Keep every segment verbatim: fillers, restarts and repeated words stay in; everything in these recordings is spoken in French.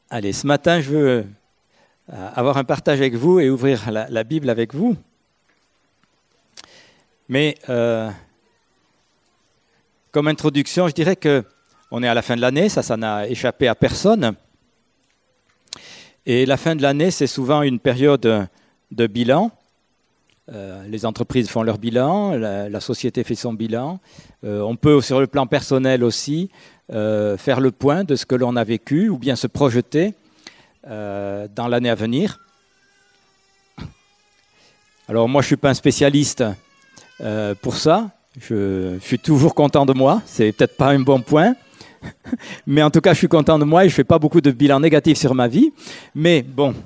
Allez, ce matin, je veux avoir un partage avec vous et ouvrir la, la Bible avec vous. Mais euh, comme introduction, je dirais qu'on est à la fin de l'année, ça, ça n'a échappé à personne. Et la fin de l'année, c'est souvent une période de bilan. Euh, les entreprises font leur bilan, la, la société fait son bilan. Euh, on peut, sur le plan personnel aussi, euh, faire le point de ce que l'on a vécu ou bien se projeter euh, dans l'année à venir. Alors moi, je ne suis pas un spécialiste euh, pour ça. Je, je suis toujours content de moi. C'est peut-être pas un bon point. Mais en tout cas, je suis content de moi et je ne fais pas beaucoup de bilan négatif sur ma vie. Mais bon,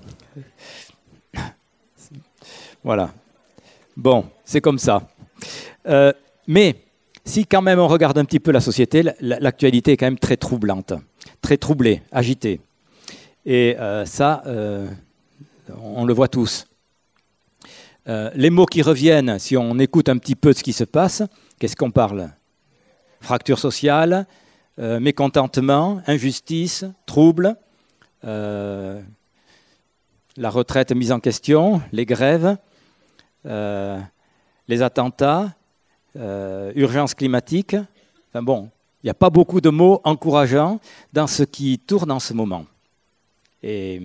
voilà. Bon, c'est comme ça. Euh, mais si quand même on regarde un petit peu la société, l'actualité est quand même très troublante, très troublée, agitée. Et euh, ça, euh, on le voit tous. Euh, les mots qui reviennent, si on écoute un petit peu ce qui se passe, qu'est-ce qu'on parle? Fracture sociale, euh, mécontentement, injustice, trouble, euh, la retraite mise en question, les grèves, euh, les attentats, euh, urgence climatique. Enfin bon, il n'y a pas beaucoup de mots encourageants dans ce qui tourne en ce moment. Et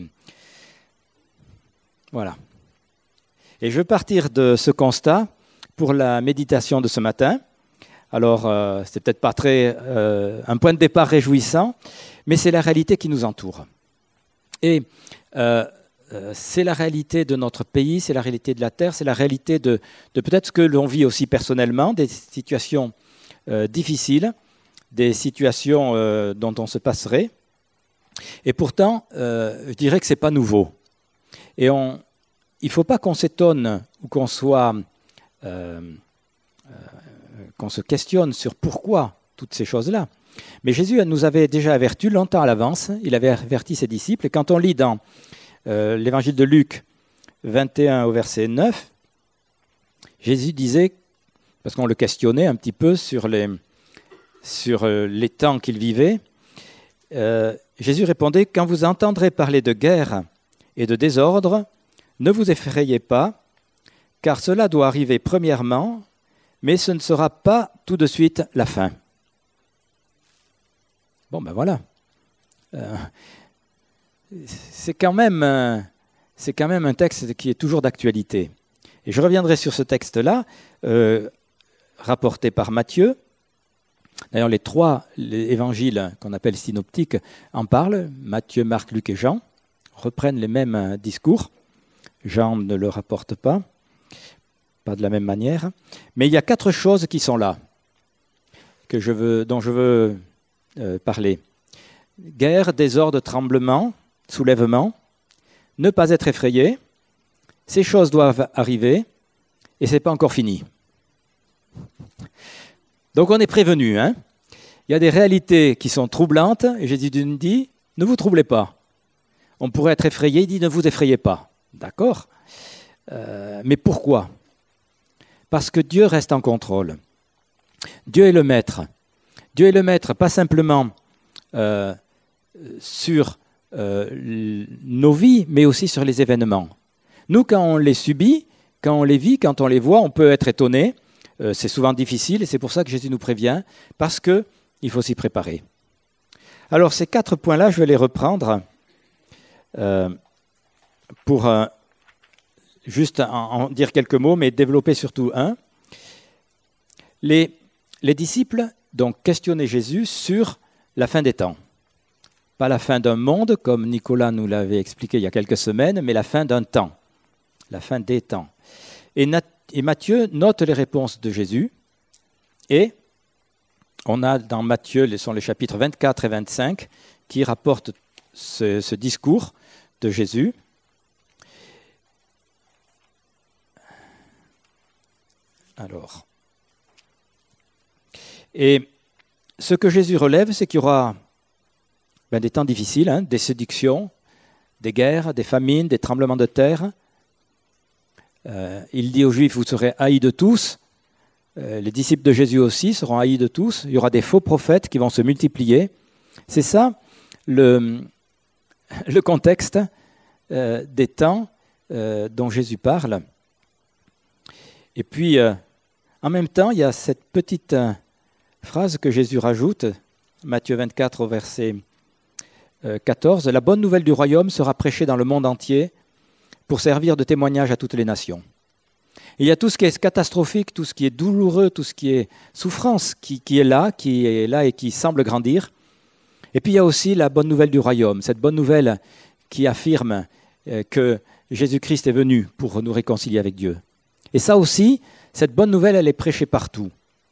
voilà. Et je vais partir de ce constat pour la méditation de ce matin. Alors, euh, c'est peut-être pas très euh, un point de départ réjouissant, mais c'est la réalité qui nous entoure. Et euh, euh, c'est la réalité de notre pays, c'est la réalité de la terre, c'est la réalité de, de peut-être ce que l'on vit aussi personnellement, des situations euh, difficiles, des situations euh, dont on se passerait. Et pourtant, euh, je dirais que ce n'est pas nouveau. Et on, il ne faut pas qu'on s'étonne ou qu'on soit, euh, euh, qu'on se questionne sur pourquoi toutes ces choses-là. Mais Jésus nous avait déjà avertis longtemps à l'avance, il avait averti ses disciples. Et quand on lit dans euh, l'évangile de Luc vingt et un au verset neuf, Jésus disait, parce qu'on le questionnait un petit peu sur les, sur les temps qu'il vivait, euh, Jésus répondait, « Quand vous entendrez parler de guerre et de désordre, ne vous effrayez pas, car cela doit arriver premièrement, mais ce ne sera pas tout de suite la fin. » Bon, ben voilà. Euh, c'est quand même, euh, c'est quand même un texte qui est toujours d'actualité. Et je reviendrai sur ce texte-là, euh, rapporté par Matthieu. D'ailleurs, les trois les évangiles qu'on appelle synoptiques en parlent. Matthieu, Marc, Luc et Jean reprennent les mêmes discours. Jean ne le rapporte pas, pas de la même manière. Mais il y a quatre choses qui sont là, que je veux, dont je veux euh, parler. Guerre, désordre, tremblement, soulèvement, ne pas être effrayé. Ces choses doivent arriver et ce n'est pas encore fini. Donc on est prévenu. Hein, il y a des réalités qui sont troublantes et Jésus nous dit, ne vous troublez pas. On pourrait être effrayé, il dit, ne vous effrayez pas. D'accord, euh, mais pourquoi? Parce que Dieu reste en contrôle. Dieu est le maître. Dieu est le maître, pas simplement euh, sur euh, nos vies, mais aussi sur les événements. Nous, quand on les subit, quand on les vit, quand on les voit, on peut être étonné. Euh, c'est souvent difficile et c'est pour ça que Jésus nous prévient, parce qu'il faut s'y préparer. Alors, ces quatre points-là, je vais les reprendre. Euh, pour euh, juste en, en dire quelques mots, mais développer surtout un. Les, les disciples donc questionnaient Jésus sur la fin des temps. Pas la fin d'un monde, comme Nicolas nous l'avait expliqué il y a quelques semaines, mais la fin d'un temps, la fin des temps. Et, Nat, et Matthieu note les réponses de Jésus, et on a dans Matthieu, ce sont les chapitres vingt-quatre et vingt-cinq, qui rapportent ce, ce discours de Jésus. Alors, et ce que Jésus relève, c'est qu'il y aura ben, des temps difficiles, hein, des séductions, des guerres, des famines, des tremblements de terre. Euh, il dit aux Juifs, vous serez haïs de tous. Euh, les disciples de Jésus aussi seront haïs de tous. Il y aura des faux prophètes qui vont se multiplier. C'est ça le, le contexte euh, des temps euh, dont Jésus parle. Et puis, euh, en même temps, il y a cette petite euh, phrase que Jésus rajoute, Matthieu vingt-quatre au verset euh, quatorze, « La bonne nouvelle du royaume sera prêchée dans le monde entier pour servir de témoignage à toutes les nations. » Et il y a tout ce qui est catastrophique, tout ce qui est douloureux, tout ce qui est souffrance qui, qui est là, qui est là et qui semble grandir. Et puis il y a aussi la bonne nouvelle du royaume, cette bonne nouvelle qui affirme euh, que Jésus-Christ est venu pour nous réconcilier avec Dieu. Et ça aussi, cette bonne nouvelle, elle est prêchée partout.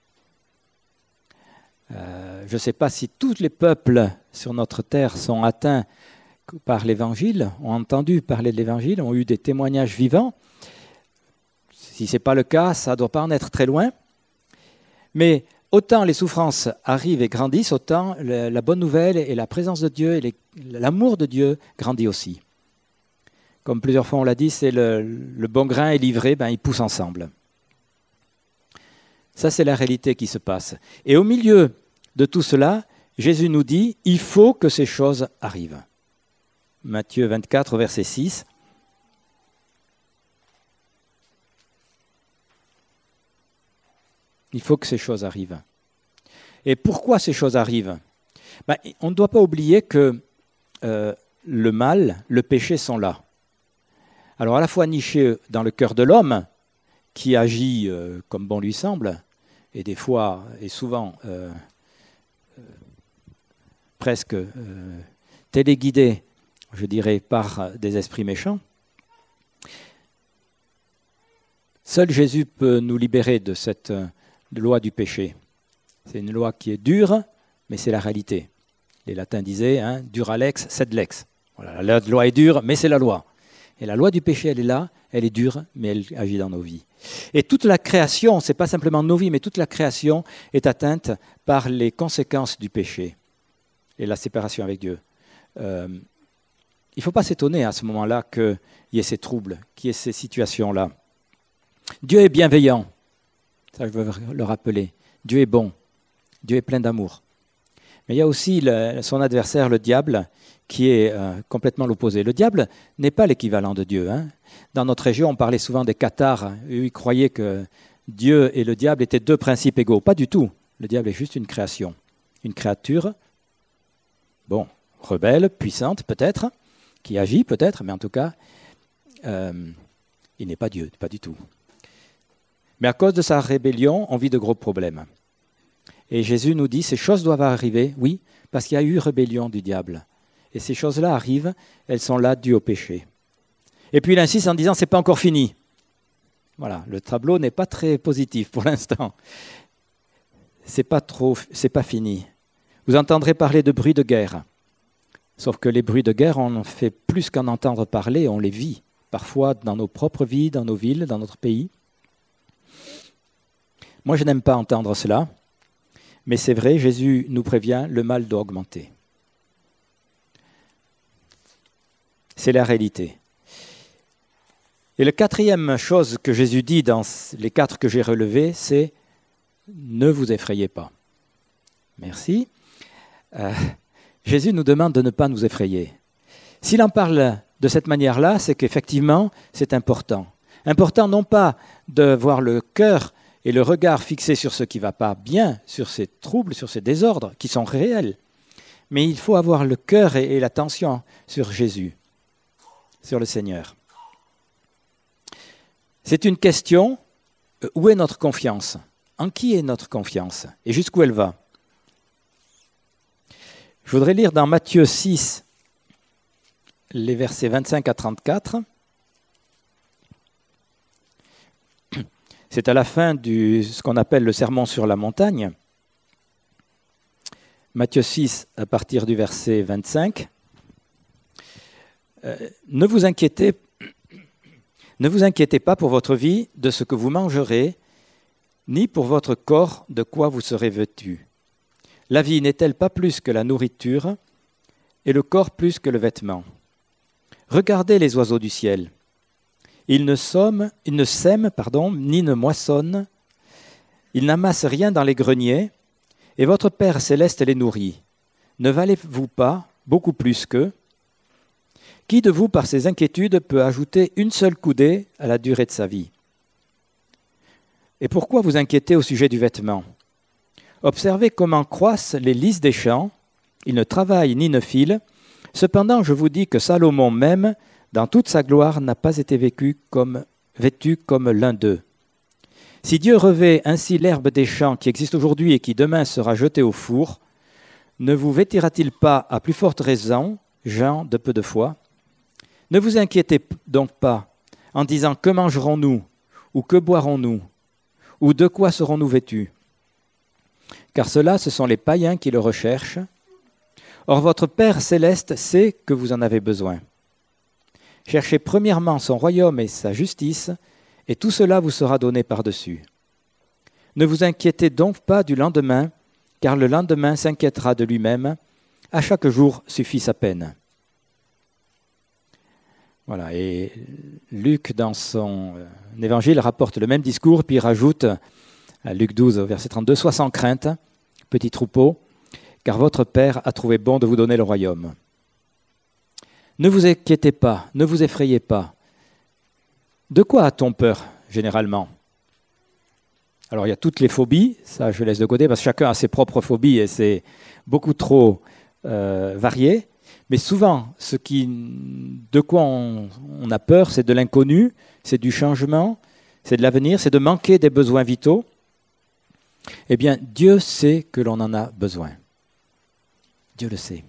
Euh, je ne sais pas si tous les peuples sur notre terre sont atteints par l'Évangile, ont entendu parler de l'Évangile, ont eu des témoignages vivants. Si ce n'est pas le cas, ça ne doit pas en être très loin. Mais autant les souffrances arrivent et grandissent, autant la bonne nouvelle et la présence de Dieu et les, l'amour de Dieu grandit aussi. Comme plusieurs fois on l'a dit, c'est le, le bon grain est livré, ben, ils poussent ensemble. Ça, c'est la réalité qui se passe. Et au milieu de tout cela, Jésus nous dit, il faut que ces choses arrivent. Matthieu vingt-quatre, verset six. Il faut que ces choses arrivent. Et pourquoi ces choses arrivent ? Ben, on ne doit pas oublier que euh, le mal, le péché sont là. Alors à la fois nichés dans le cœur de l'homme, qui agit euh, comme bon lui semble, et des fois, et souvent, euh, euh, presque euh, téléguidé, je dirais, par des esprits méchants. Seul Jésus peut nous libérer de cette loi du péché. C'est une loi qui est dure, mais c'est la réalité. Les latins disaient, hein, dura lex, sed lex. Voilà, la loi est dure, mais c'est la loi. Et la loi du péché, elle est là, elle est dure, mais elle agit dans nos vies. Et toute la création, ce n'est pas simplement nos vies, mais toute la création est atteinte par les conséquences du péché et la séparation avec Dieu. Euh, il ne faut pas s'étonner à ce moment-là qu'il y ait ces troubles, qu'il y ait ces situations-là. Dieu est bienveillant. Ça, je veux le rappeler. Dieu est bon. Dieu est plein d'amour. Mais il y a aussi le, son adversaire, le diable, qui est euh, complètement l'opposé. Le diable n'est pas l'équivalent de Dieu. Hein. Dans notre région, on parlait souvent des cathares. Eux, ils croyaient que Dieu et le diable étaient deux principes égaux. Pas du tout. Le diable est juste une création. Une créature, bon, rebelle, puissante peut-être, qui agit peut-être, mais en tout cas, euh, il n'est pas Dieu, pas du tout. Mais à cause de sa rébellion, on vit de gros problèmes. Et Jésus nous dit, ces choses doivent arriver, oui, parce qu'il y a eu rébellion du diable. Et ces choses-là arrivent, elles sont là dues au péché. Et puis il insiste en disant, c'est pas encore fini. Voilà, le tableau n'est pas très positif pour l'instant. C'est pas trop, c'est pas fini. Vous entendrez parler de bruits de guerre. Sauf que les bruits de guerre, on en fait plus qu'en entendre parler, on les vit. Parfois dans nos propres vies, dans nos villes, dans notre pays. Moi, je n'aime pas entendre cela, mais c'est vrai, Jésus nous prévient, le mal doit augmenter. C'est la réalité. Et la quatrième chose que Jésus dit dans les quatre que j'ai relevées, c'est « ne vous effrayez pas ». Merci. Euh, Jésus nous demande de ne pas nous effrayer. S'il en parle de cette manière-là, c'est qu'effectivement, c'est important. Important non pas de voir le cœur et le regard fixé sur ce qui ne va pas bien, sur ces troubles, sur ces désordres qui sont réels. Mais il faut avoir le cœur et l'attention sur Jésus, sur le Seigneur. C'est une question, où est notre confiance ? En qui est notre confiance ? Et jusqu'où elle va ? Je voudrais lire dans Matthieu six, les versets vingt-cinq à trente-quatre. C'est à la fin de ce qu'on appelle le sermon sur la montagne. Matthieu six, à partir du verset vingt-cinq. Euh, ne vous inquiétez, ne vous inquiétez pas pour votre vie de ce que vous mangerez, ni pour votre corps de quoi vous serez vêtus. La vie n'est-elle pas plus que la nourriture, et le corps plus que le vêtement ? Regardez les oiseaux du ciel. Ils ne, somment, ils ne sèment pardon, ni ne moissonnent, ils n'amassent rien dans les greniers, et votre Père céleste les nourrit. Ne valez-vous pas beaucoup plus qu'eux ? Qui de vous, par ses inquiétudes, peut ajouter une seule coudée à la durée de sa vie? Et pourquoi vous inquiétez au sujet du vêtement? Observez comment croissent les lys des champs, ils ne travaillent ni ne filent. Cependant, je vous dis que Salomon même, dans toute sa gloire, n'a pas été vécu comme, vêtu comme l'un d'eux. Si Dieu revêt ainsi l'herbe des champs qui existe aujourd'hui et qui demain sera jetée au four, ne vous vêtira-t-il pas à plus forte raison, gens de peu de foi? Ne vous inquiétez donc pas en disant « Que mangerons-nous » ou « Que boirons-nous » ou « De quoi serons-nous vêtus » car cela, ce sont les païens qui le recherchent. Or, votre Père céleste sait que vous en avez besoin. Cherchez premièrement son royaume et sa justice, et tout cela vous sera donné par-dessus. Ne vous inquiétez donc pas du lendemain, car le lendemain s'inquiétera de lui-même. À chaque jour suffit sa peine. Voilà, et Luc, dans son évangile, rapporte le même discours, puis il rajoute, à Luc douze, verset trente-deux, « Sois sans crainte, petit troupeau, car votre Père a trouvé bon de vous donner le royaume. » Ne vous inquiétez pas, ne vous effrayez pas. De quoi a-t-on peur, généralement? Alors, il y a toutes les phobies, ça je laisse de côté, parce que chacun a ses propres phobies et c'est beaucoup trop euh, varié. Mais souvent, ce qui, de quoi on, on a peur, c'est de l'inconnu, c'est du changement, c'est de l'avenir, c'est de manquer des besoins vitaux. Eh bien, Dieu sait que l'on en a besoin. Dieu le sait.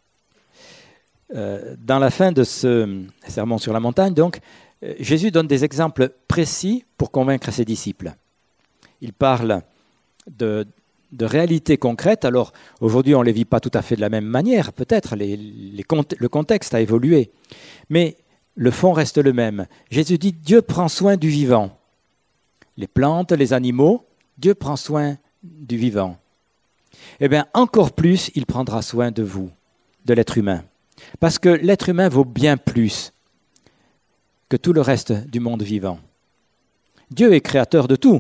Euh, dans la fin de ce sermon sur la montagne, donc, Jésus donne des exemples précis pour convaincre ses disciples. Il parle de, de réalités concrètes. Alors, aujourd'hui, on ne les vit pas tout à fait de la même manière, peut-être, les, les, le contexte a évolué. Mais le fond reste le même. Jésus dit, Dieu prend soin du vivant. Les plantes, les animaux, Dieu prend soin du vivant. Eh bien, encore plus, il prendra soin de vous, de l'être humain. Parce que l'être humain vaut bien plus que tout le reste du monde vivant. Dieu est créateur de tout,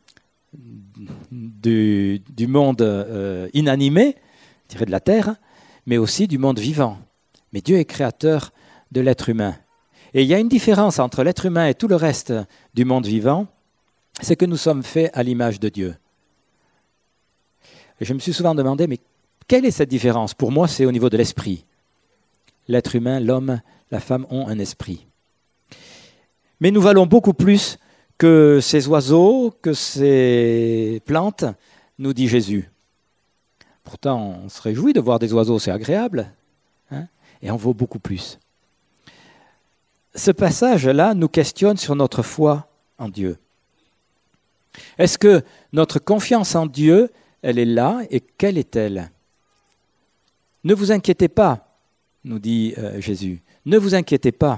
du, du monde euh, inanimé, tiré de la terre, mais aussi du monde vivant. Mais Dieu est créateur de l'être humain. Et il y a une différence entre l'être humain et tout le reste du monde vivant, c'est que nous sommes faits à l'image de Dieu. Et je me suis souvent demandé, mais quelle est cette différence? Pour moi, c'est au niveau de l'esprit. L'être humain, l'homme, la femme ont un esprit. Mais nous valons beaucoup plus que ces oiseaux, que ces plantes, nous dit Jésus. Pourtant, on se réjouit de voir des oiseaux, c'est agréable, hein, et on vaut beaucoup plus. Ce passage-là nous questionne sur notre foi en Dieu. Est-ce que notre confiance en Dieu, elle est là, et quelle est-elle? Ne vous inquiétez pas, nous dit euh, Jésus. Ne vous inquiétez pas.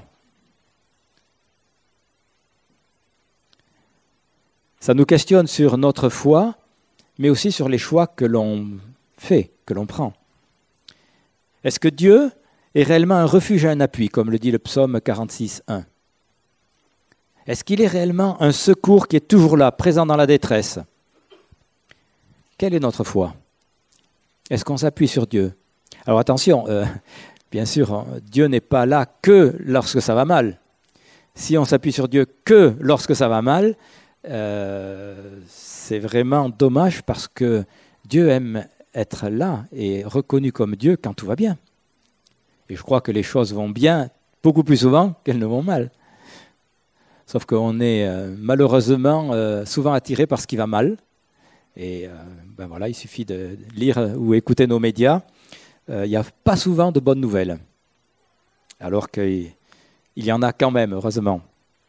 Ça nous questionne sur notre foi, mais aussi sur les choix que l'on fait, que l'on prend. Est-ce que Dieu est réellement un refuge et un appui, comme le dit le psaume quarante-six, un? Est-ce qu'il est réellement un secours qui est toujours là, présent dans la détresse? Quelle est notre foi? Est-ce qu'on s'appuie sur Dieu? Alors attention, euh, bien sûr, Dieu n'est pas là que lorsque ça va mal. Si on s'appuie sur Dieu que lorsque ça va mal, euh, c'est vraiment dommage parce que Dieu aime être là et reconnu comme Dieu quand tout va bien. Et je crois que les choses vont bien beaucoup plus souvent qu'elles ne vont mal. Sauf qu'on est euh, malheureusement euh, souvent attiré par ce qui va mal. Et euh, ben voilà, il suffit de lire ou écouter nos médias. Euh, il n'y a pas souvent de bonnes nouvelles. Alors qu'il y en a quand même, heureusement.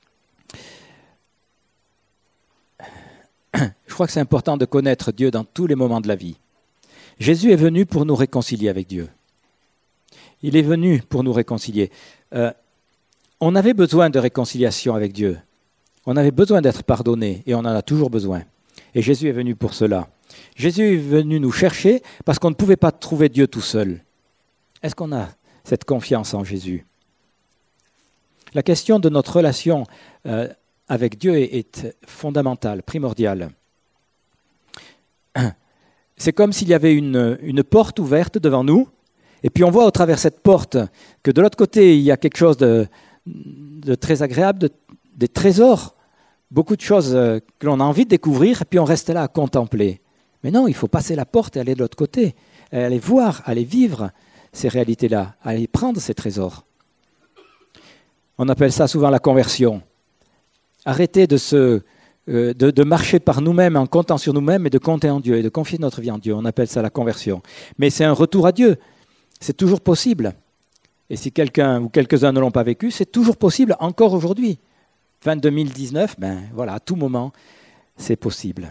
Je crois que c'est important de connaître Dieu dans tous les moments de la vie. Jésus est venu pour nous réconcilier avec Dieu. Il est venu pour nous réconcilier. Euh, On avait besoin de réconciliation avec Dieu. On avait besoin d'être pardonné et on en a toujours besoin. Et Jésus est venu pour cela. Jésus est venu nous chercher parce qu'on ne pouvait pas trouver Dieu tout seul. Est-ce qu'on a cette confiance en Jésus? La question de notre relation euh, avec Dieu est, est fondamentale, primordiale. C'est comme s'il y avait une, une porte ouverte devant nous Et puis on voit au travers cette porte que de l'autre côté, il y a quelque chose de, de très agréable, de, des trésors, beaucoup de choses que l'on a envie de découvrir, et puis on reste là à contempler. Mais non, il faut passer la porte et aller de l'autre côté, aller voir, aller vivre ces réalités-là, aller prendre ces trésors. On appelle ça souvent la conversion. Arrêter de, se, euh, de, de marcher par nous-mêmes en comptant sur nous-mêmes et de compter en Dieu et de confier notre vie en Dieu. On appelle ça la conversion. Mais c'est un retour à Dieu. C'est toujours possible. Et si quelqu'un ou quelques-uns ne l'ont pas vécu, c'est toujours possible encore aujourd'hui. Fin deux mille dix-neuf, ben voilà, à tout moment, c'est possible.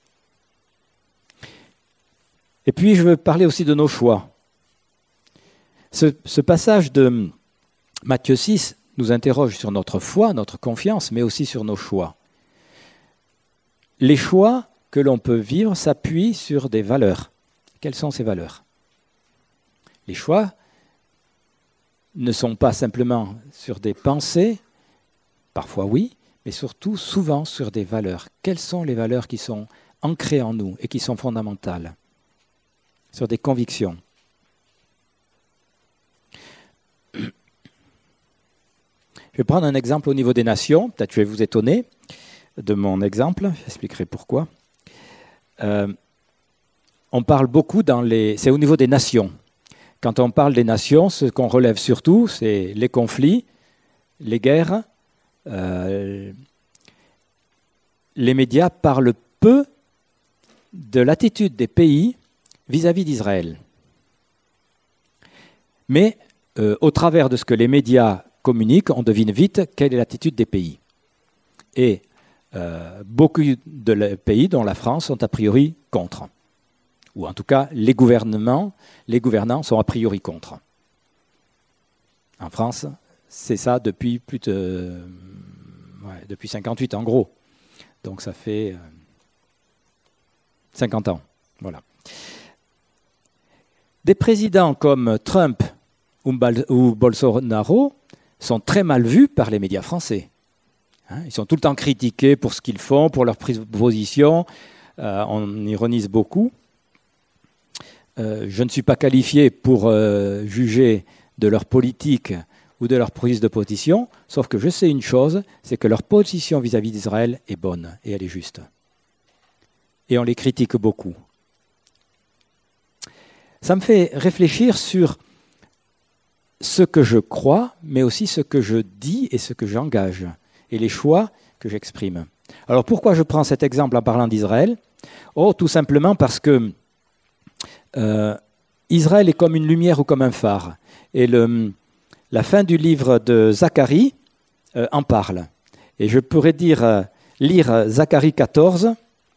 Et puis, je veux parler aussi de nos choix. Ce, ce passage de Matthieu six nous interroge sur notre foi, notre confiance, mais aussi sur nos choix. Les choix que l'on peut vivre s'appuient sur des valeurs. Quelles sont ces valeurs ? Les choix ne sont pas simplement sur des pensées, parfois oui, mais surtout souvent sur des valeurs. Quelles sont les valeurs qui sont ancrées en nous et qui sont fondamentales ? Sur des convictions. Je vais prendre un exemple au niveau des nations. Peut-être je vais vous étonner de mon exemple. J'expliquerai pourquoi. Euh, on parle beaucoup dans les... C'est au niveau des nations. Quand on parle des nations, ce qu'on relève surtout, c'est les conflits, les guerres. Euh, les médias parlent peu de l'attitude des pays vis-à-vis d'Israël. Mais euh, au travers de ce que les médias communiquent, on devine vite quelle est l'attitude des pays. Et euh, beaucoup de pays, dont la France, sont a priori contre. Ou en tout cas, les gouvernements, les gouvernants sont a priori contre. En France, c'est ça depuis plus de ouais, depuis cinquante-huit en gros. Donc ça fait euh, cinquante ans. Voilà. Des présidents comme Trump ou Bolsonaro sont très mal vus par les médias français. Hein, ils sont tout le temps critiqués pour ce qu'ils font, pour leur prise de position. Euh, on ironise beaucoup. Euh, je ne suis pas qualifié pour euh, juger de leur politique ou de leur prise de position, sauf que je sais une chose, c'est que leur position vis-à-vis d'Israël est bonne et elle est juste. Et on les critique beaucoup. Ça me fait réfléchir sur ce que je crois, mais aussi ce que je dis et ce que j'engage, et les choix que j'exprime. Alors pourquoi je prends cet exemple en parlant d'Israël ? Oh, tout simplement parce que euh, Israël est comme une lumière ou comme un phare. Et le, la fin du livre de Zacharie euh, en parle. Et je pourrais dire, euh, lire Zacharie quatorze,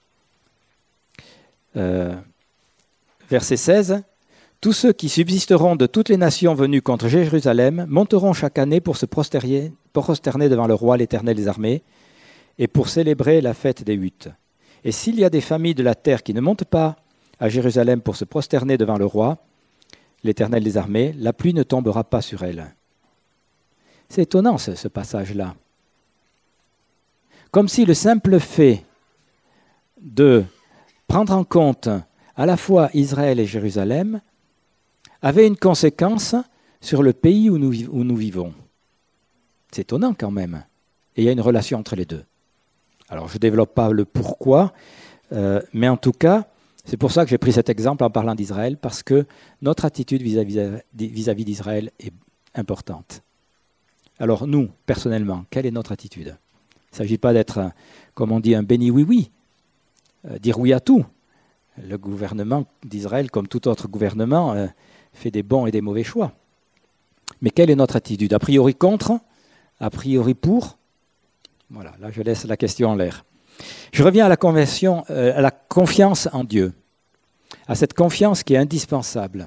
euh, verset seize. Tous ceux qui subsisteront de toutes les nations venues contre Jérusalem monteront chaque année pour se prosterner, prosterner devant le roi, l'Éternel des armées, et pour célébrer la fête des huttes. Et s'il y a des familles de la terre qui ne montent pas à Jérusalem pour se prosterner devant le roi, l'Éternel des armées, la pluie ne tombera pas sur elles. C'est étonnant ce, ce passage-là. Comme si le simple fait de prendre en compte à la fois Israël et Jérusalem avait une conséquence sur le pays où nous, où nous vivons. C'est étonnant quand même. Et il y a une relation entre les deux. Alors je ne développe pas le pourquoi, euh, mais en tout cas, c'est pour ça que j'ai pris cet exemple en parlant d'Israël, parce que notre attitude vis-à-vis, vis-à-vis d'Israël est importante. Alors nous, personnellement, quelle est notre attitude ? Il ne s'agit pas d'être, comme on dit, un béni oui-oui, euh, dire oui à tout. Le gouvernement d'Israël, comme tout autre gouvernement, euh, fait des bons et des mauvais choix. Mais quelle est notre attitude ? A priori contre ? A priori pour ? Voilà, là je laisse la question en l'air. Je reviens à la, conversion, euh, à la confiance en Dieu, à cette confiance qui est indispensable.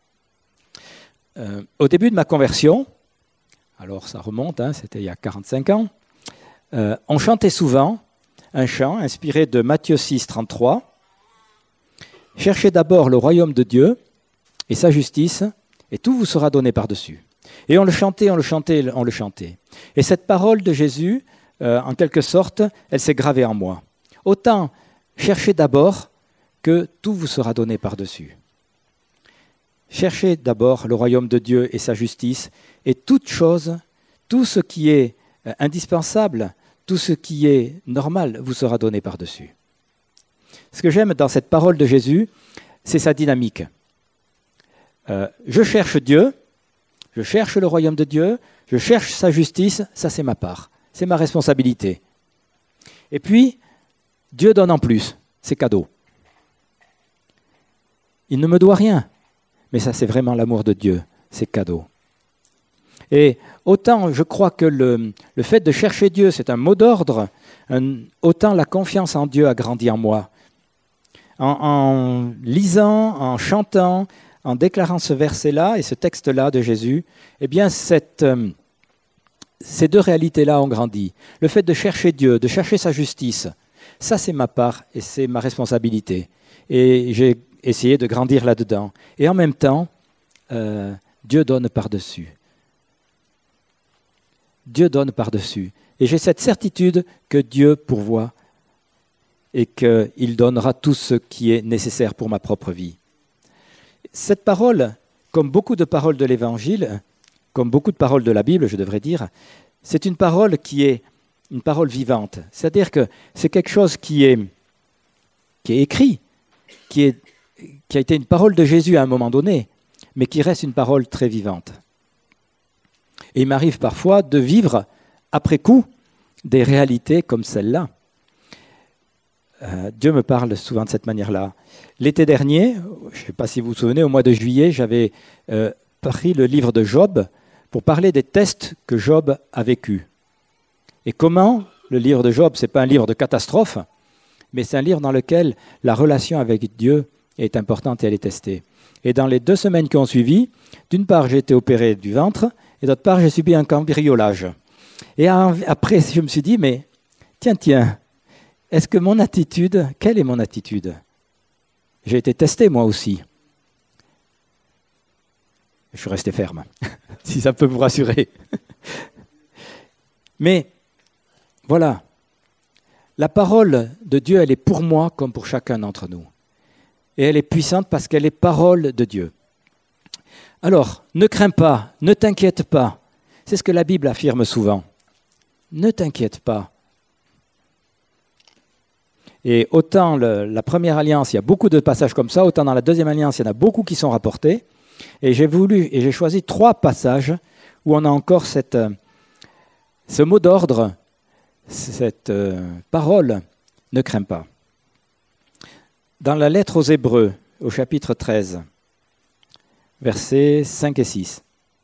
Euh, au début de ma conversion, alors ça remonte, hein, c'était il y a quarante-cinq ans, euh, on chantait souvent un chant inspiré de Matthieu six, trente-trois. « Cherchez d'abord le royaume de Dieu et sa justice, et tout vous sera donné par-dessus. » Et on le chantait, on le chantait, on le chantait. Et cette parole de Jésus, euh, en quelque sorte, elle s'est gravée en moi. Autant cherchez d'abord que tout vous sera donné par-dessus. cherchez d'abord le royaume de Dieu et sa justice, et toute chose, tout ce qui est indispensable, tout ce qui est normal vous sera donné par-dessus. Ce que j'aime dans cette parole de Jésus, c'est sa dynamique. Euh, je cherche Dieu, je cherche le royaume de Dieu, je cherche sa justice, ça c'est ma part, c'est ma responsabilité. Et puis, Dieu donne en plus, c'est cadeau. Il ne me doit rien, mais ça c'est vraiment l'amour de Dieu, c'est cadeau. Et autant je crois que le, le fait de chercher Dieu, c'est un mot d'ordre, un, autant la confiance en Dieu a grandi en moi. En, en lisant, en chantant, en déclarant ce verset-là et ce texte-là de Jésus, eh bien cette, euh, ces deux réalités-là ont grandi. Le fait de chercher Dieu, de chercher sa justice, ça c'est ma part et c'est ma responsabilité. Et j'ai essayé de grandir là-dedans. Et en même temps, euh, Dieu donne par-dessus. Dieu donne par-dessus. Et j'ai cette certitude que Dieu pourvoit et qu'il donnera tout ce qui est nécessaire pour ma propre vie. Cette parole, comme beaucoup de paroles de l'Évangile, comme beaucoup de paroles de la Bible, je devrais dire, c'est une parole qui est une parole vivante. C'est-à-dire que c'est quelque chose qui est, qui est écrit, qui, est, qui a été une parole de Jésus à un moment donné, mais qui reste une parole très vivante. Et il m'arrive parfois de vivre, après coup, des réalités comme celle-là. Euh, Dieu me parle souvent de cette manière-là. L'été dernier, je ne sais pas si vous vous souvenez, au mois de juillet, j'avais euh, pris le livre de Job pour parler des tests que Job a vécus. Et comment le livre de Job, ce n'est pas un livre de catastrophe, mais c'est un livre dans lequel la relation avec Dieu est importante et elle est testée. Et dans les deux semaines qui ont suivi, d'une part, j'ai été opéré du ventre, et d'autre part, j'ai subi un cambriolage. Et après, je me suis dit, mais tiens, tiens, est-ce que mon attitude, quelle est mon attitude? J'ai été testé moi aussi. Je suis resté ferme, si ça peut vous rassurer. Mais voilà, la parole de Dieu, elle est pour moi comme pour chacun d'entre nous. Et elle est puissante parce qu'elle est parole de Dieu. Alors, ne crains pas, ne t'inquiète pas. C'est ce que la Bible affirme souvent. Ne t'inquiète pas. Et autant le, la première alliance, il y a beaucoup de passages comme ça, autant dans la deuxième alliance, il y en a beaucoup qui sont rapportés. Et j'ai voulu, et j'ai choisi trois passages où on a encore cette, ce mot d'ordre, cette euh, parole, ne crains pas. Dans la lettre aux Hébreux, au chapitre treize, versets cinq et six.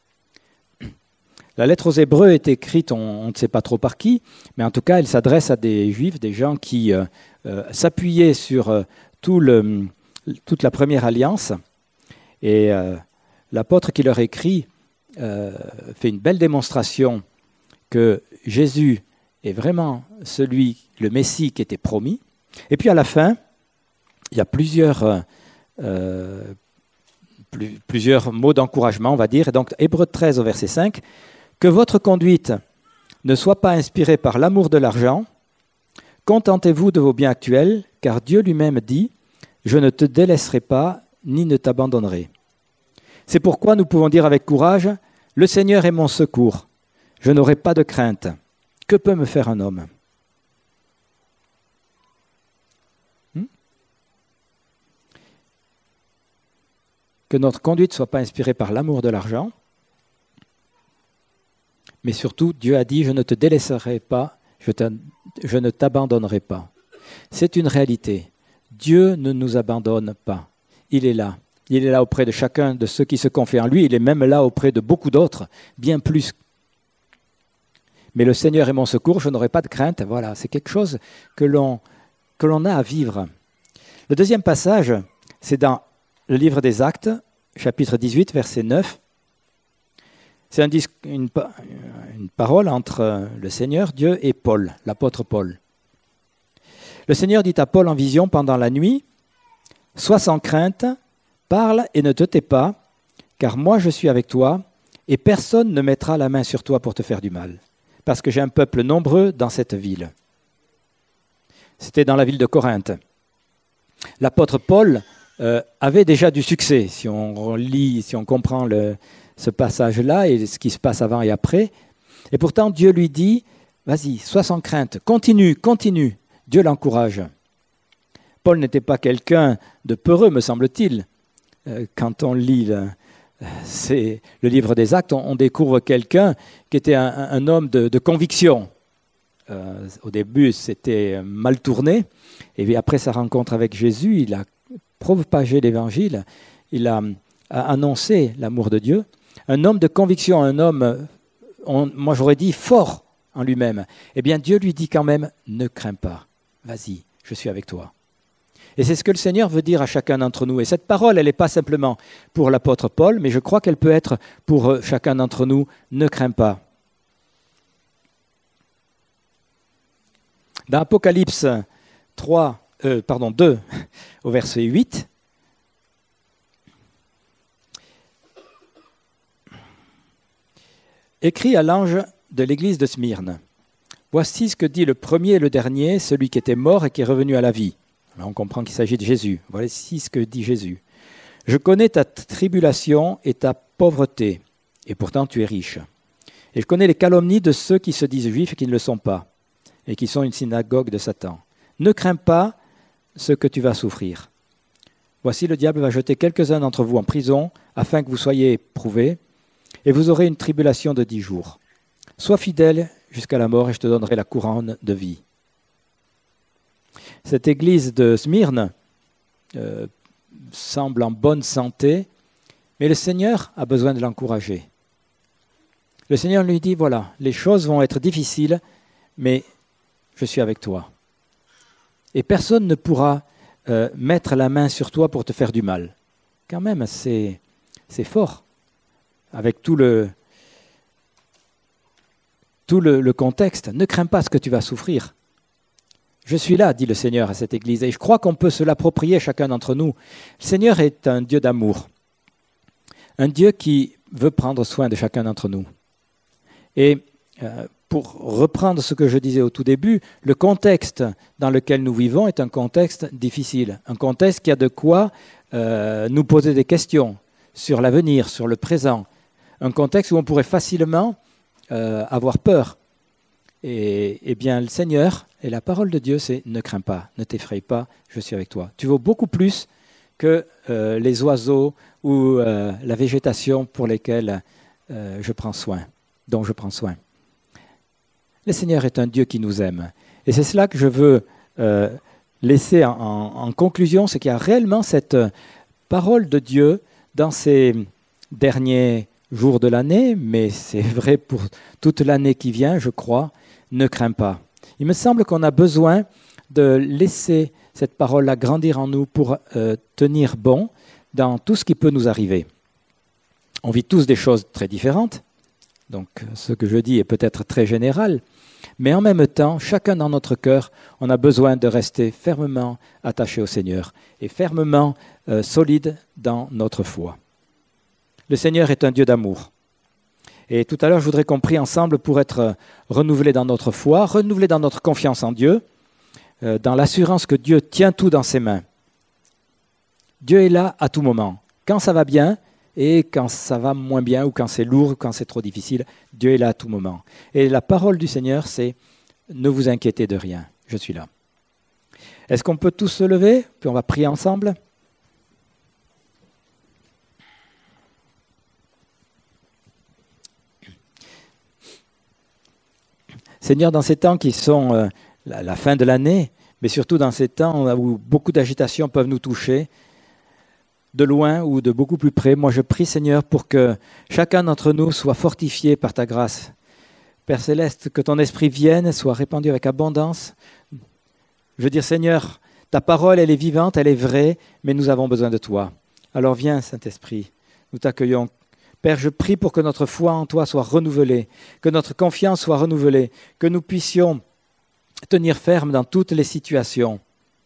La lettre aux Hébreux est écrite, on, on ne sait pas trop par qui, mais en tout cas, elle s'adresse à des Juifs, des gens qui euh, euh, s'appuyaient sur euh, tout le, toute la première alliance. Et euh, l'apôtre qui leur écrit euh, fait une belle démonstration que Jésus est vraiment celui, le Messie qui était promis. Et puis à la fin, il y a plusieurs, euh, plus, plusieurs mots d'encouragement, on va dire. Et donc, Hébreux treize au verset cinq, « Que votre conduite ne soit pas inspirée par l'amour de l'argent, contentez-vous de vos biens actuels, car Dieu lui-même dit, « Je ne te délaisserai pas, ni ne t'abandonnerai. » C'est pourquoi nous pouvons dire avec courage, « Le Seigneur est mon secours, je n'aurai pas de crainte. Que peut me faire un homme ?» Que notre conduite ne soit pas inspirée par l'amour de l'argent, mais surtout, Dieu a dit, je ne te délaisserai pas, je, je ne t'abandonnerai pas. C'est une réalité. Dieu ne nous abandonne pas. Il est là. Il est là auprès de chacun de ceux qui se confient en lui. Il est même là auprès de beaucoup d'autres, bien plus. Mais le Seigneur est mon secours, je n'aurai pas de crainte. Voilà, c'est quelque chose que l'on, que l'on a à vivre. Le deuxième passage, c'est dans le livre des Actes, chapitre dix-huit, verset neuf. C'est un disque, une, une parole entre le Seigneur, Dieu et Paul, l'apôtre Paul. Le Seigneur dit à Paul en vision pendant la nuit, « Sois sans crainte, parle et ne te tais pas, car moi je suis avec toi, et personne ne mettra la main sur toi pour te faire du mal, parce que j'ai un peuple nombreux dans cette ville. » C'était dans la ville de Corinthe. L'apôtre Paul euh, avait déjà du succès, si on lit, si on comprend le, ce passage-là et ce qui se passe avant et après. Et pourtant, Dieu lui dit, vas-y, sois sans crainte, continue, continue. Dieu l'encourage. Paul n'était pas quelqu'un de peureux, me semble-t-il. Euh, quand on lit le, c'est le livre des Actes, on, on découvre quelqu'un qui était un, un homme de, de conviction. Euh, au début, c'était mal tourné. Et puis après sa rencontre avec Jésus, il a propagé l'évangile, il a, a annoncé l'amour de Dieu. Un homme de conviction, un homme, on, moi j'aurais dit, fort en lui-même. Eh bien, Dieu lui dit quand même, ne crains pas, vas-y, je suis avec toi. Et c'est ce que le Seigneur veut dire à chacun d'entre nous. Et cette parole, elle n'est pas simplement pour l'apôtre Paul, mais je crois qu'elle peut être pour chacun d'entre nous, ne crains pas. Dans Apocalypse trois, euh, pardon, deux, au verset huit, écrit à l'ange de l'église de Smyrne, « Voici ce que dit le premier et le dernier, celui qui était mort et qui est revenu à la vie. » Là, on comprend qu'il s'agit de Jésus. Voici ce que dit Jésus. « Je connais ta tribulation et ta pauvreté, et pourtant tu es riche. Et je connais les calomnies de ceux qui se disent juifs et qui ne le sont pas, et qui sont une synagogue de Satan. Ne crains pas ce que tu vas souffrir. Voici, le diable va jeter quelques-uns d'entre vous en prison, afin que vous soyez éprouvés, et vous aurez une tribulation de dix jours. Sois fidèle jusqu'à la mort, et je te donnerai la couronne de vie. » Cette église de Smyrne euh, semble en bonne santé, mais le Seigneur a besoin de l'encourager. Le Seigneur lui dit, voilà, les choses vont être difficiles, mais je suis avec toi. Et personne ne pourra euh, mettre la main sur toi pour te faire du mal. Quand même, c'est, c'est fort. Avec tout le, tout le, le contexte, ne crains pas ce que tu vas souffrir. Je suis là, dit le Seigneur à cette église, et je crois qu'on peut se l'approprier chacun d'entre nous. Le Seigneur est un Dieu d'amour, un Dieu qui veut prendre soin de chacun d'entre nous. Et euh, pour reprendre ce que je disais au tout début, le contexte dans lequel nous vivons est un contexte difficile, un contexte qui a de quoi euh, nous poser des questions sur l'avenir, sur le présent, un contexte où on pourrait facilement euh, avoir peur. Et, et bien le Seigneur et la parole de Dieu, c'est « ne crains pas, ne t'effraie pas, je suis avec toi ». Tu vaux beaucoup plus que euh, les oiseaux ou euh, la végétation pour lesquels euh, je prends soin, dont je prends soin. Le Seigneur est un Dieu qui nous aime. Et c'est cela que je veux euh, laisser en, en conclusion, c'est qu'il y a réellement cette parole de Dieu dans ces derniers jours de l'année, mais c'est vrai pour toute l'année qui vient, je crois, ne crains pas. Il me semble qu'on a besoin de laisser cette parole-là grandir en nous pour euh, tenir bon dans tout ce qui peut nous arriver. On vit tous des choses très différentes, donc ce que je dis est peut-être très général, mais en même temps, chacun dans notre cœur, on a besoin de rester fermement attaché au Seigneur et fermement euh, solide dans notre foi. Le Seigneur est un Dieu d'amour. Et tout à l'heure, je voudrais qu'on prie ensemble pour être renouvelés dans notre foi, renouvelés dans notre confiance en Dieu, euh, dans l'assurance que Dieu tient tout dans ses mains. Dieu est là à tout moment. Quand ça va bien et quand ça va moins bien ou quand c'est lourd ou quand c'est trop difficile, Dieu est là à tout moment. Et la parole du Seigneur, c'est « Ne vous inquiétez de rien, je suis là ». Est-ce qu'on peut tous se lever? Puis on va prier ensemble. Seigneur, dans ces temps qui sont euh, la, la fin de l'année, mais surtout dans ces temps où beaucoup d'agitations peuvent nous toucher, de loin ou de beaucoup plus près, moi je prie, Seigneur, pour que chacun d'entre nous soit fortifié par ta grâce. Père Céleste, que ton esprit vienne, soit répandu avec abondance. Je veux dire, Seigneur, ta parole, elle est vivante, elle est vraie, mais nous avons besoin de toi. Alors viens, Saint-Esprit, nous t'accueillons. Père, je prie pour que notre foi en toi soit renouvelée, que notre confiance soit renouvelée, que nous puissions tenir ferme dans toutes les situations.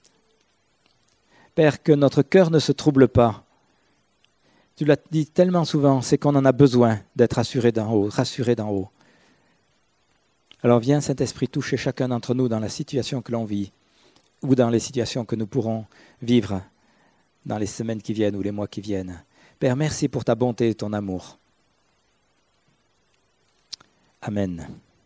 Père, que notre cœur ne se trouble pas. Tu l'as dit tellement souvent, c'est qu'on en a besoin d'être assuré d'en haut, rassuré d'en haut. Alors viens, Saint-Esprit, toucher chacun d'entre nous dans la situation que l'on vit ou dans les situations que nous pourrons vivre dans les semaines qui viennent ou les mois qui viennent. Père, merci pour ta bonté et ton amour. Amen.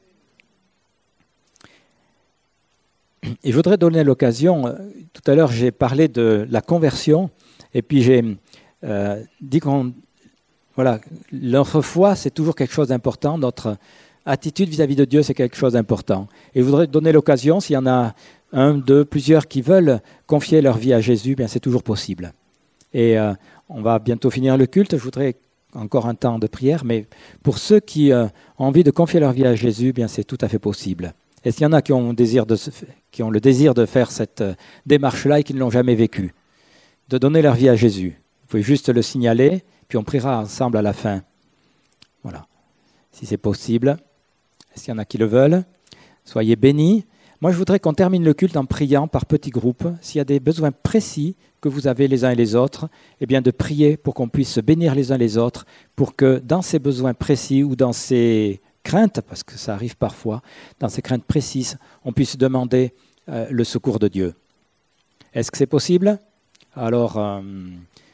Et je voudrais donner l'occasion, tout à l'heure j'ai parlé de la conversion, et puis j'ai euh, dit qu'on, voilà, notre foi c'est toujours quelque chose d'important, notre attitude vis-à-vis de Dieu c'est quelque chose d'important. Et je voudrais donner l'occasion, s'il y en a un, deux, plusieurs qui veulent confier leur vie à Jésus, bien c'est toujours possible. Et euh, on va bientôt finir le culte, je voudrais encore un temps de prière, mais pour ceux qui euh, ont envie de confier leur vie à Jésus, bien c'est tout à fait possible. Et s'il y en a qui ont, désir de se, qui ont le désir de faire cette euh, démarche-là et qui ne l'ont jamais vécue, de donner leur vie à Jésus, vous pouvez juste le signaler, puis on priera ensemble à la fin. Voilà, si c'est possible. S'il y en a qui le veulent, soyez bénis. Moi, je voudrais qu'on termine le culte en priant par petits groupes. S'il y a des besoins précis que vous avez les uns et les autres, eh bien de prier pour qu'on puisse se bénir les uns les autres, pour que dans ces besoins précis ou dans ces craintes, parce que ça arrive parfois, dans ces craintes précises, on puisse demander euh, le secours de Dieu. Est-ce que c'est possible ? Alors, euh,